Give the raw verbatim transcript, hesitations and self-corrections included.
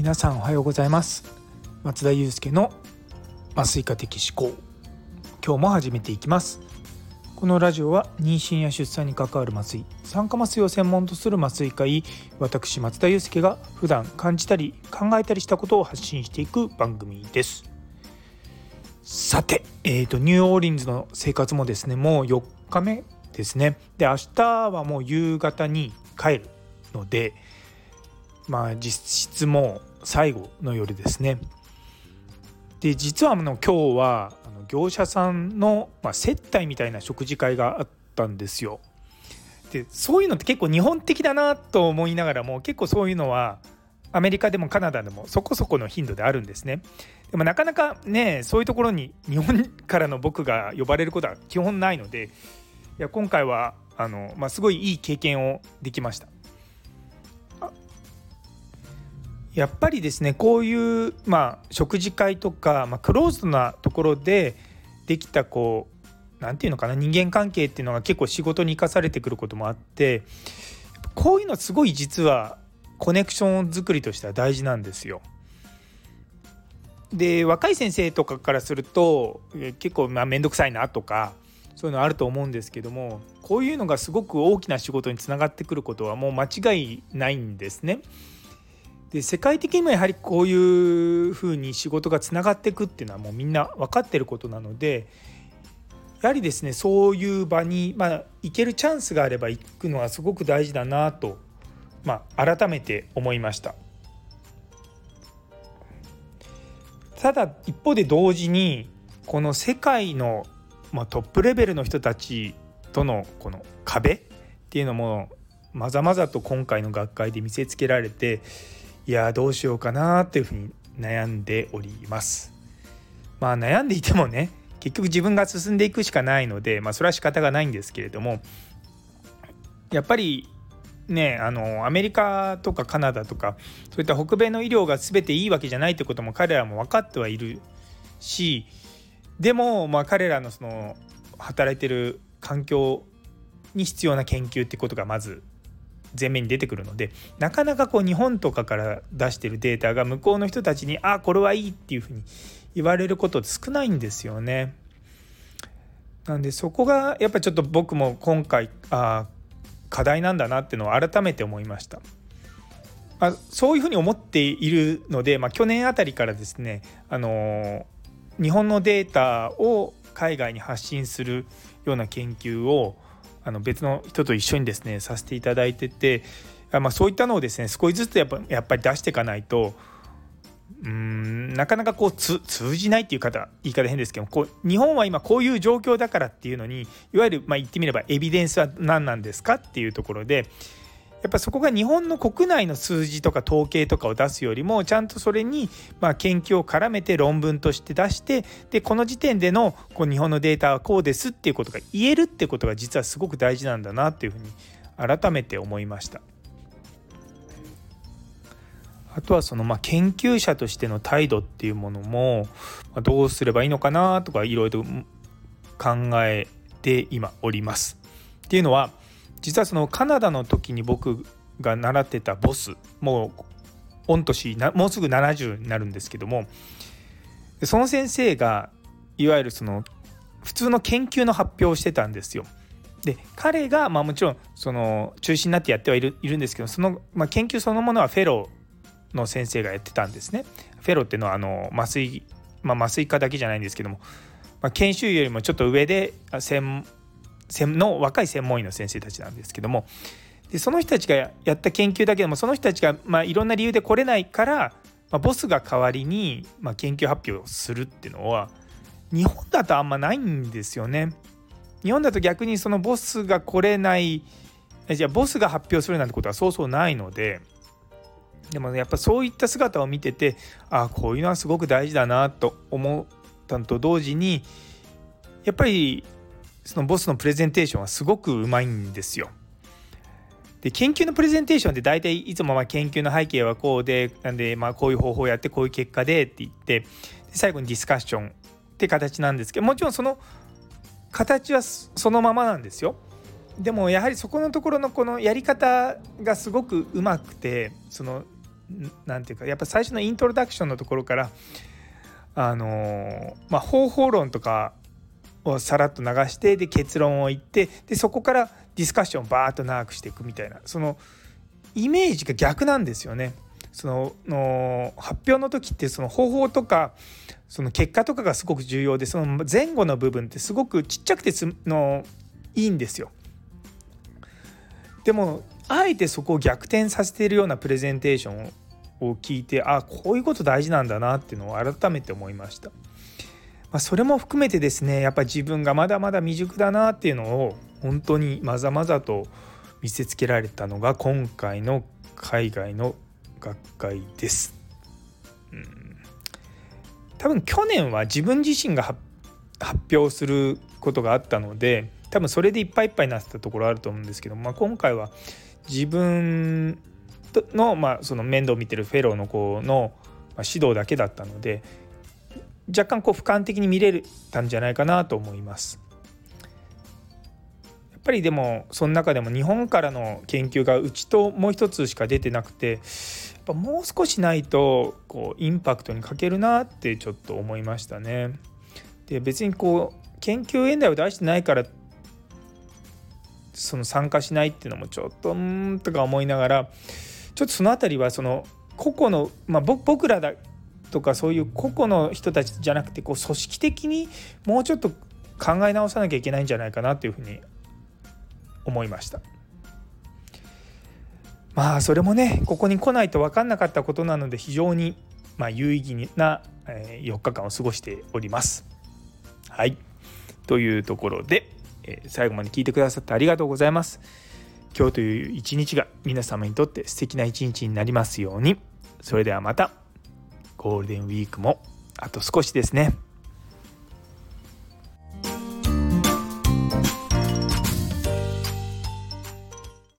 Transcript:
皆さんおはようございます。松田祐介の麻酔科的思考、今日も始めていきます。このラジオは妊娠や出産に関わる麻酔、酸化麻酔を専門とする麻酔科医、私松田祐介が普段感じたり考えたりしたことを発信していく番組です。さて、えーと、ニューオーリンズの生活もですね、もうよっかめですね。で、明日はもう夕方に帰るので、まあ実質もう最後の夜ですね。で、実はあの今日はあの業者さんの、まあ、接待みたいな食事会があったんですよ。で、そういうのって結構日本的だなと思いながらも、結構そういうのはアメリカでもカナダでもそこそこの頻度であるんですね。でもなかなかね、そういうところに日本からの僕が呼ばれることは基本ないので、いや今回はあの、まあ、すごいいい経験をできました。やっぱりですね、こういう、まあ、食事会とか、まあ、クローズドなところでできたこうなんていうのかな、人間関係っていうのが結構仕事に生かされてくることもあって、こういうのすごい実はコネクション作りとしては大事なんですよ。で、若い先生とかからすると結構まあ面倒くさいなとかそういうのあると思うんですけども、こういうのがすごく大きな仕事につながってくることはもう間違いないんですね。で、世界的にもやはりこういうふうに仕事がつながっていくっていうのはもうみんな分かってることなので、やはりですね、そういう場に、まあ、行けるチャンスがあれば行くのはすごく大事だなと、まあ、改めて思いました。ただ一方で同時にこの世界の、まあ、トップレベルの人たちとのこの壁っていうのもまざまざと今回の学会で見せつけられて、いやどうしようかなっていうふうに悩んでおります。まあ悩んでいてもね、結局自分が進んでいくしかないので、まあそれは仕方がないんですけれども、やっぱりね、あのアメリカとかカナダとかそういった北米の医療が全ていいわけじゃないってことも彼らも分かってはいるし、でもまあ彼らのその働いてる環境に必要な研究ってことがまず前面に出てくるので、なかなかこう日本とかから出してるデータが向こうの人たちにあこれはいいっていうふうに言われること少ないんですよね。なんでそこがやっぱりちょっと僕も今回あ課題なんだなっていうのを改めて思いました。あそういうふうに思っているので、まあ、去年あたりからですね、あのー、日本のデータを海外に発信するような研究をあの別の人と一緒にですねさせていただいてて、まあ、そういったのをですね少しずつやっぱ、やっぱり出していかないとうーんなかなかこうつ通じないっていう方言い方変ですけど、こう日本は今こういう状況だからっていうのに、いわゆるまあ言ってみればエビデンスは何なんですかっていうところで、やっぱそこが日本の国内の数字とか統計とかを出すよりもちゃんとそれにまあ研究を絡めて論文として出して、でこの時点でのこう日本のデータはこうですっていうことが言えるってことが実はすごく大事なんだなっていうふうに改めて思いました。あとはそのまあ研究者としての態度っていうものもどうすればいいのかなとかいろいろ考えて今おります。っていうのは、実はそのカナダの時に僕が習ってたボス、もう御年もうすぐななじゅうになるんですけども、その先生がいわゆるその普通の研究の発表をしてたんですよ。で彼がまあもちろんその中心になってやってはいる、いるんですけど、そのまあ研究そのものはフェローの先生がやってたんですね。フェローっていうのはあの麻酔、まあ、麻酔科だけじゃないんですけども、まあ、研修医よりもちょっと上で専の若い専門医の先生たちなんですけども、でその人たちがやった研究だけでもその人たちがまあいろんな理由で来れないから、まあ、ボスが代わりにまあ研究発表をするっていうのは日本だとあんまないんですよね。日本だと逆にそのボスが来れない、じゃあボスが発表するなんてことはそうそうないので、でもやっぱそういった姿を見てて、あこういうのはすごく大事だなと思ったのと同時に、やっぱりそのボスのプレゼンテーションはすごくうまいんですよ。で研究のプレゼンテーションって大体いつもまあ研究の背景はこうで、なんでまあこういう方法をやってこういう結果でって言って、で最後にディスカッションって形なんですけど、もちろんその形はそのままなんですよ。でもやはりそこのところのこのやり方がすごくうまくて、そのなんていうかやっぱ最初のイントロダクションのところからあのー、まあ方法論とかをさらっと流してで結論を言ってでそこからディスカッションをバーッと長くしていくみたいなそのイメージが逆なんですよね。そのの発表の時ってその方法とかその結果とかがすごく重要でその前後の部分ってすごくちっちゃくてつのいいんですよ。でもあえてそこを逆転させているようなプレゼンテーションを聞いてあこういうこと大事なんだなっていうのを改めて思いました。まあ、それも含めてですねやっぱり自分がまだまだ未熟だなっていうのを本当にまざまざと見せつけられたのが今回の海外の学会です。うん、多分去年は自分自身が発表することがあったので多分それでいっぱいいっぱいになってたところあると思うんですけど、まあ、今回は自分の、まあ、その面倒を見てるフェローの子の指導だけだったので若干こう俯瞰的に見れたんじゃないかなと思います。やっぱりでもその中でも日本からの研究がうちともう一つしか出てなくてやっぱもう少しないとこうインパクトに欠けるなってちょっと思いましたね。で別にこう研究演題を出してないからその参加しないっていうのもちょっとうーんとか思いながらちょっとそのあたりはその個々の、まあ、僕らだとかそういう個々の人たちじゃなくてこう組織的にもうちょっと考え直さなきゃいけないんじゃないかなというふうに思いました。まあそれもねここに来ないと分かんなかったことなので非常にまあ有意義なよっかかんを過ごしております。はいというところで最後まで聞いてくださってありがとうございます。今日という一日が皆様にとって素敵な一日になりますように。それではまたゴールデンウィークもあと少しですね。